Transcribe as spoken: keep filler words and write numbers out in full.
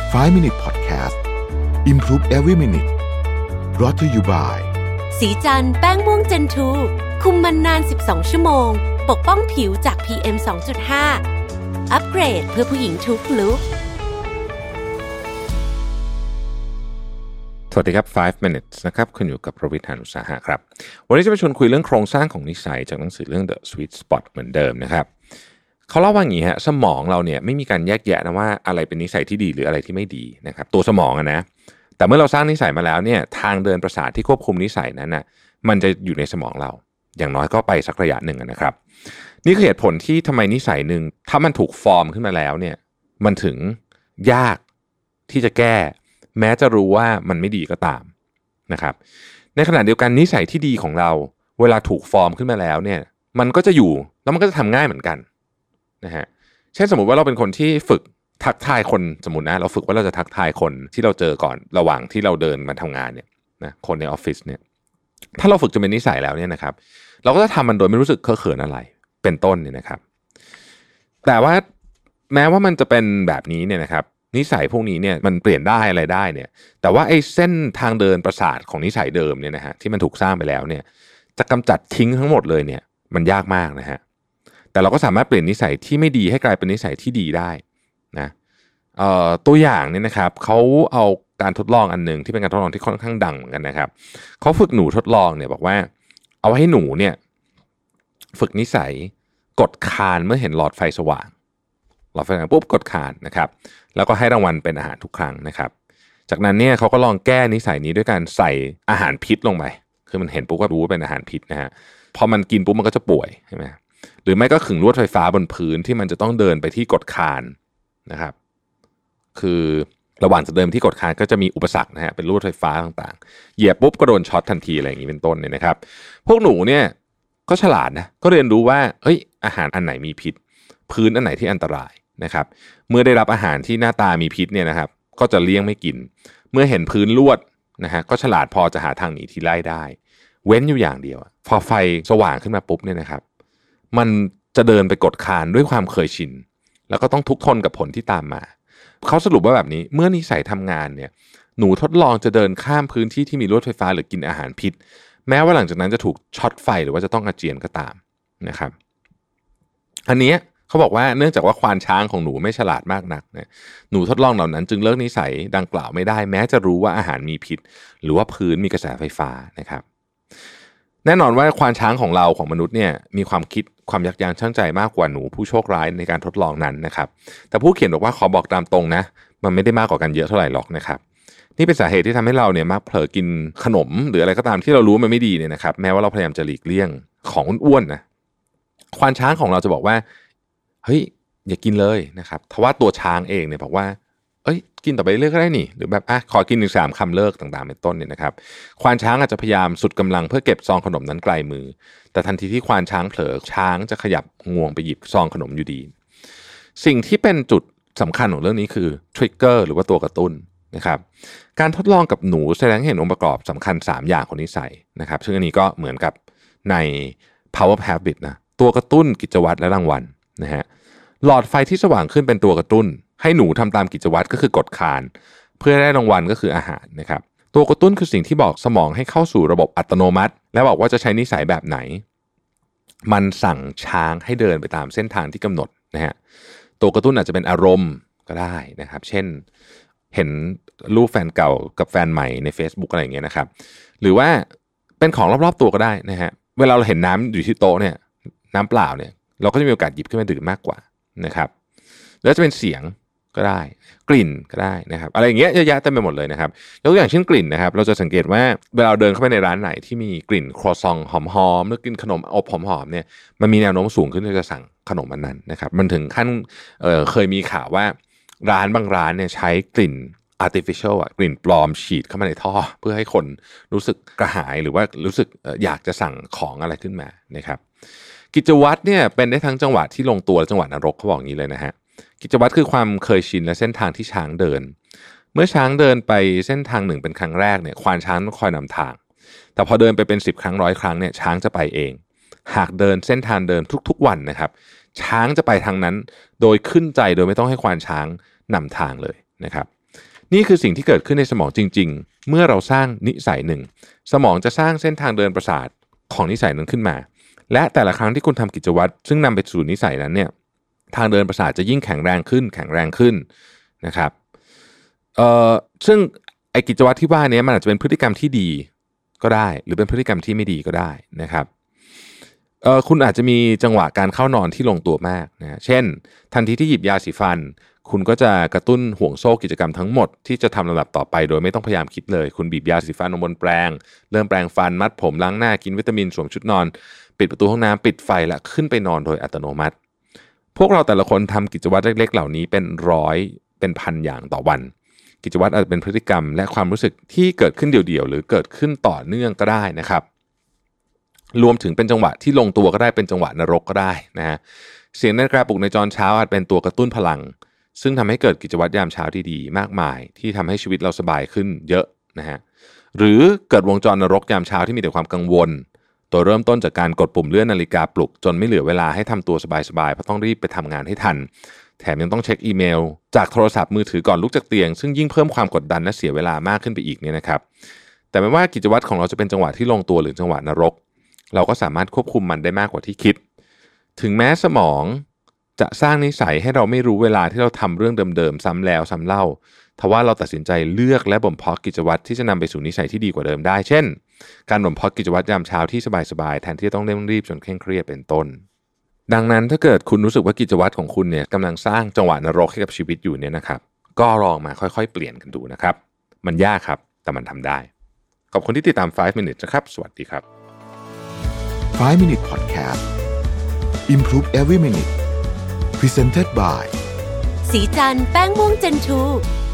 ไฟว์ minute podcast improve every minute brought to you by สีจันแป้งม่วงเจนทูคุมมันนานสิบสองชั่วโมงปกป้องผิวจาก พี เอ็ม สองจุดห้า อัปเกรดเพื่อผู้หญิงทุกลุคสวัสดีครับไฟว์ minutes นะครับคุณอยู่กับประวิทย์ หาญอุตสาหะครับวันนี้จะมาชวนคุยเรื่องโครงสร้างของนิสัยจากหนังสือเรื่อง The Sweet Spot เหมือนเดิมนะครับเขาเล่าว่าอย่างนี้ฮะสมองเราเนี่ยไม่มีการแยกแยะนะว่าอะไรเป็นนิสัยที่ดีหรืออะไรที่ไม่ดีนะครับตัวสมองอะนะแต่เมื่อเราสร้างนิสัยมาแล้วเนี่ยทางเดินประสาทที่ควบคุมนิสัยนั้นน่ะมันจะอยู่ในสมองเราอย่างน้อยก็ไปสักระยะหนึ่งนะครับนี่คือเหตุผลที่ทำไมนิสัยหนึ่งถ้ามันถูกฟอร์มขึ้นมาแล้วเนี่ยมันถึงยากที่จะแก้แม้จะรู้ว่ามันไม่ดีก็ตามนะครับในขณะเดียวกันนิสัยที่ดีของเราเวลาถูกฟอร์มขึ้นมาแล้วเนี่ยมันก็จะอยู่แล้วมันก็จะทำง่ายเหมือนกันนะฮะเช่นสมมุติว่าเราเป็นคนที่ฝึกทักทายคนสมมุตินะเราฝึกว่าเราจะทักทายคนที่เราเจอก่อนระหว่างที่เราเดินมาทำงานเนี่ยนะคนในออฟฟิศเนี่ยถ้าเราฝึกจนเป็นนิสัยแล้วเนี่ยนะครับเราก็จะทำมันโดยไม่รู้สึกเคอะเขินอะไรเป็นต้นเนี่ยนะครับแต่ว่าแม้ว่ามันจะเป็นแบบนี้เนี่ยนะครับนิสัยพวกนี้เนี่ยมันเปลี่ยนได้อะไรได้เนี่ยแต่ว่าไอ้เส้นทางเดินประสาทของนิสัยเดิมเนี่ยนะฮะที่มันถูกสร้างไปแล้วเนี่ยจะกำจัดทิ้งทั้งหมดเลยเนี่ยมันยากมากนะฮะแต่เราก็สามารถเปลี่ยนนิสัยที่ไม่ดีให้กลายเป็นนิสัยที่ดีได้นะเอ่อตัวอย่างเนี่ยนะครับเขาเอาการทดลองอันนึงที่เป็นการทดลองที่ค่อนข้างดังเหมือนกันนะครับเขาฝึกหนูทดลองเนี่ยบอกว่าเอาให้หนูเนี่ยฝึกนิสัยกดคานเมื่อเห็นหลอดไฟสว่างหลอดไฟสว่างปุ๊บกดคานนะครับแล้วก็ให้รางวัลเป็นอาหารทุกครั้งนะครับจากนั้นเนี่ยเขาก็ลองแก้นิสัยนี้ด้วยการใส่อาหารพิษลงไปคือมันเห็นปุ๊บก็รู้ว่าเป็นอาหารพิษนะฮะพอมันกินปุ๊บมันก็จะป่วยใช่ไหมหรือไม่ก็ขึงลวดไฟฟ้าบนพื้นที่มันจะต้องเดินไปที่กดคานนะครับคือระหว่างจะเดินที่กดคานก็จะมีอุปสรรคนะฮะเป็นลวดไฟฟ้าต่างๆเหยียบปุ๊บก็โดนช็อตทันทีอะไรอย่างนี้เป็นต้นเนี่ยนะครับพวกหนูเนี่ยก็ฉลาดนะก็เรียนรู้ว่าเอ้ยอาหารอันไหนมีพิษพื้นอันไหนที่อันตรายนะครับเมื่อได้รับอาหารที่หน้าตามีพิษเนี่ยนะครับก็จะเลี่ยงไม่กินเมื่อเห็นพื้นลวดนะฮะก็ฉลาดพอจะหาทางหนีทีไล่ได้เว้นอยู่อย่างเดียวพอไฟสว่างขึ้นมาปุ๊บเนี่ยนะครับมันจะเดินไปกดคานด้วยความเคยชินแล้วก็ต้องทุกข์ทนกับผลที่ตามมาเขาสรุปว่าแบบนี้เมื่อนิสัยทำงานเนี่ยหนูทดลองจะเดินข้ามพื้นที่ที่มีลวดไฟฟ้าหรือกินอาหารพิษแม้ว่าหลังจากนั้นจะถูกช็อตไฟหรือว่าจะต้องอาเจียนก็ตามนะครับอันนี้เขาบอกว่าเนื่องจากว่าควานช้างของหนูไม่ฉลาดมากนักเนี่ยหนูทดลองเหล่านั้นจึงเลิกนิสัยดังกล่าวไม่ได้แม้จะรู้ว่าอาหารมีพิษหรือว่าพื้นมีกระแสไฟฟ้านะครับแน่นอนว่าควานช้างของเราของมนุษย์เนี่ยมีความคิดความยักย้ายชั่งใจมากกว่าหนูผู้โชคร้ายในการทดลองนั้นนะครับแต่ผู้เขียนบอกว่าขอบอกตามตรงนะมันไม่ได้มากกว่ากันเยอะเท่าไหร่หรอกนะครับนี่เป็นสาเหตุที่ทำให้เราเนี่ยมักเผลอกินขนมหรืออะไรก็ตามที่เรารู้มันไม่ดีเนี่ยนะครับแม้ว่าเราพยายามจะหลีกเลี่ยงของอ้วนๆนะควานช้างของเราจะบอกว่าเฮ้ยอย่ากินเลยนะครับทว่าตัวช้างเองเนี่ยบอกว่าเอ้ยกินต่อไปเรื่อยก็ได้นี่หรือแบบอ่ะขอกินอีกสามคำเลิกต่างๆเป็นต้นเนี่ยนะครับควานช้างอาจจะพยายามสุดกำลังเพื่อเก็บซองขนมนั้นไกลมือแต่ทันทีที่ควานช้างเผลอช้างจะขยับงวงไปหยิบซองขนมอยู่ดีสิ่งที่เป็นจุดสำคัญของเรื่องนี้คือทริกเกอร์หรือว่าตัวกระตุ้นนะครับการทดลองกับหนูแสดงให้เห็นองค์ประกอบสำคัญสามอย่างของนิสัยนะครับซึ่งอันนี้ก็เหมือนกับใน Power of Habit นะตัวกระตุ้นกิจวัตรและรางวัลนะฮะหลอดไฟที่สว่างขึ้นเป็นตัวกระตุ้นให้หนูทำตามกิจวัตรก็คือกดคานเพื่อได้รางวัลก็คืออาหารนะครับตัวกระตุ้นคือสิ่งที่บอกสมองให้เข้าสู่ระบบอัตโนมัติและบอกว่าจะใช้นิสัยแบบไหนมันสั่งช้างให้เดินไปตามเส้นทางที่กำหนดนะฮะตัวกระตุ้นอาจจะเป็นอารมณ์ก็ได้นะครับเช่นเห็นรูปแฟนเก่ากับแฟนใหม่ใน Facebook อะไรอย่างเงี้ยนะครับหรือว่าเป็นของรอบๆตัวก็ได้นะฮะเวลาเราเห็นน้ำอยู่ที่โต๊ะเนี่ยน้ำเปล่าเนี่ยเราก็จะมีโอกาสหยิบขึ้นมาดื่มมากกว่านะครับแล้วจะเป็นเสียงก็ได้กลิ่นก็ได้นะครับอะไรอย่างเงี้ยเยอะแยะเต็มไปหมดเลยนะครับยกตัวอย่างเช่นกลิ่นนะครับเราจะสังเกตว่าเวลาเดินเข้าไปในร้านไหนที่มีกลิ่นครัวซองหอมๆหรือกลิ่นขนมอบหอมๆเนี่ยมันมีแนวโน้มสูงขึ้นที่จะสั่งขนมอันนั้นนะครับมันถึงขั้น เอ่อ เคยมีข่าวว่าร้านบางร้านเนี่ยใช้กลิ่น artificial อ่ะกลิ่นปลอมฉีดเข้ามาในท่อเพื่อให้คนรู้สึกกระหายหรือว่ารู้สึกอยากจะสั่งของอะไรขึ้นมานะครับกิจวัตรเนี่ยเป็นได้ทั้งจังหวะที่ลงตัวและจังหวะนรกเขาบอกอย่างนี้เลยนะฮะกิจวัตรคือความเคยชินและเส้นทางที่ช้างเดินเมื่อช้างเดินไปเส้นทางหนึ่งเป็นครั้งแรกเนี่ยควานช้างต้องคอยนำทางแต่พอเดินไปเป็นสิบครั้งร้อยครั้งเนี่ยช้างจะไปเองหากเดินเส้นทางเดิมทุกๆวันนะครับช้างจะไปทางนั้นโดยขึ้นใจโดยไม่ต้องให้ควานช้างนำทางเลยนะครับนี่คือสิ่งที่เกิดขึ้นในสมองจริงๆเมื่อเราสร้างนิสัยหนึ่งสมองจะสร้างเส้นทางเดินประสาทของนิสัยนั้นขึ้นมาและแต่ละครั้งที่คุณทำกิจวัตรซึ่งนำไปสู่นิสัยนั้นเนี่ยทางเดินประสาทจะยิ่งแข็งแรงขึ้นแข็งแรงขึ้นนะครับเอ่อซึ่งไอ้กิจวัตรที่ว่านี้มันอาจจะเป็นพฤติกรรมที่ดีก็ได้หรือเป็นพฤติกรรมที่ไม่ดีก็ได้นะครับเอ่อคุณอาจจะมีจังหวะการเข้านอนที่ลงตัวมากนะเช่นทันทีที่หยิบยาสีฟันคุณก็จะกระตุ้นห่วงโซ่กิจกรรมทั้งหมดที่จะทำลำดับต่อไปโดยไม่ต้องพยายามคิดเลยคุณบีบยาสีฟันลงบนแปรงเริ่มแปรงฟันมัดผมล้างหน้ากินวิตามินสวมชุดนอนปิดประตูห้องน้ำปิดไฟและขึ้นไปนอนโดยอัตโนมัติพวกเราแต่ละคนทำกิจวัตรเล็กๆเหล่านี้เป็นร้อยเป็นพันอย่างต่อวันกิจวัตรอาจจะเป็นพฤติกรรมและความรู้สึกที่เกิดขึ้นเดี่ยวๆหรือเกิดขึ้นต่อเนื่องก็ได้นะครับรวมถึงเป็นจังหวะที่ลงตัวก็ได้เป็นจังหวะนรกก็ได้นะฮะเสียงนาฬิกาปลุกในตอนเช้าอาจเป็นตัวกระตุ้นพลังซึ่งทำให้เกิดกิจวัตรยามเช้าที่ดีมากมายที่ทำให้ชีวิตเราสบายขึ้นเยอะนะฮะหรือเกิดวงจรนรกยามเช้าที่มีแต่ความกังวลตัวเริ่มต้นจากการกดปุ่มเลื่อนนาฬิกาปลุกจนไม่เหลือเวลาให้ทำตัวสบายๆเพราะต้องรีบไปทำงานให้ทันแถมยังต้องเช็คอีเมลจากโทรศัพท์มือถือก่อนลุกจากเตียงซึ่งยิ่งเพิ่มความกดดันและเสียเวลามากขึ้นไปอีกเนี่ยนะครับแต่ไม่ว่ากิจวัตรของเราจะเป็นจังหวะที่ลงตัวหรือจังหวะนรกเราก็สามารถควบคุมมันได้มากกว่าที่คิดถึงแม้สมองจะสร้างนิสัยให้เราไม่รู้เวลาที่เราทำเรื่องเดิมๆซ้ำแล้วซ้ำเล่าทว่าเราตัดสินใจเลือกและบ่มเพาะกิจวัตรที่จะนำไปสู่นิสัยที่ดีกว่าเดิมได้เช่นการบ่มเพาะกิจวัตรยามเช้าที่สบายๆแทนที่จะต้องเร่งรีบจนเคร่งเครียดเป็นต้นดังนั้นถ้าเกิดคุณรู้สึกว่ากิจวัตรของคุณเนี่ยกำลังสร้างจังหวะนรกให้กับชีวิตอยู่เนี่ยนะครับก็ลองมาค่อยๆเปลี่ยนกันดูนะครับมันยากครับแต่มันทำได้ขอบคุณที่ติดตามไฟว์ minutes นะครับสวัสดีครับไฟว์ minute podcast Improve every minute Presented by สีจันทร์แป้งม่วงเจนทู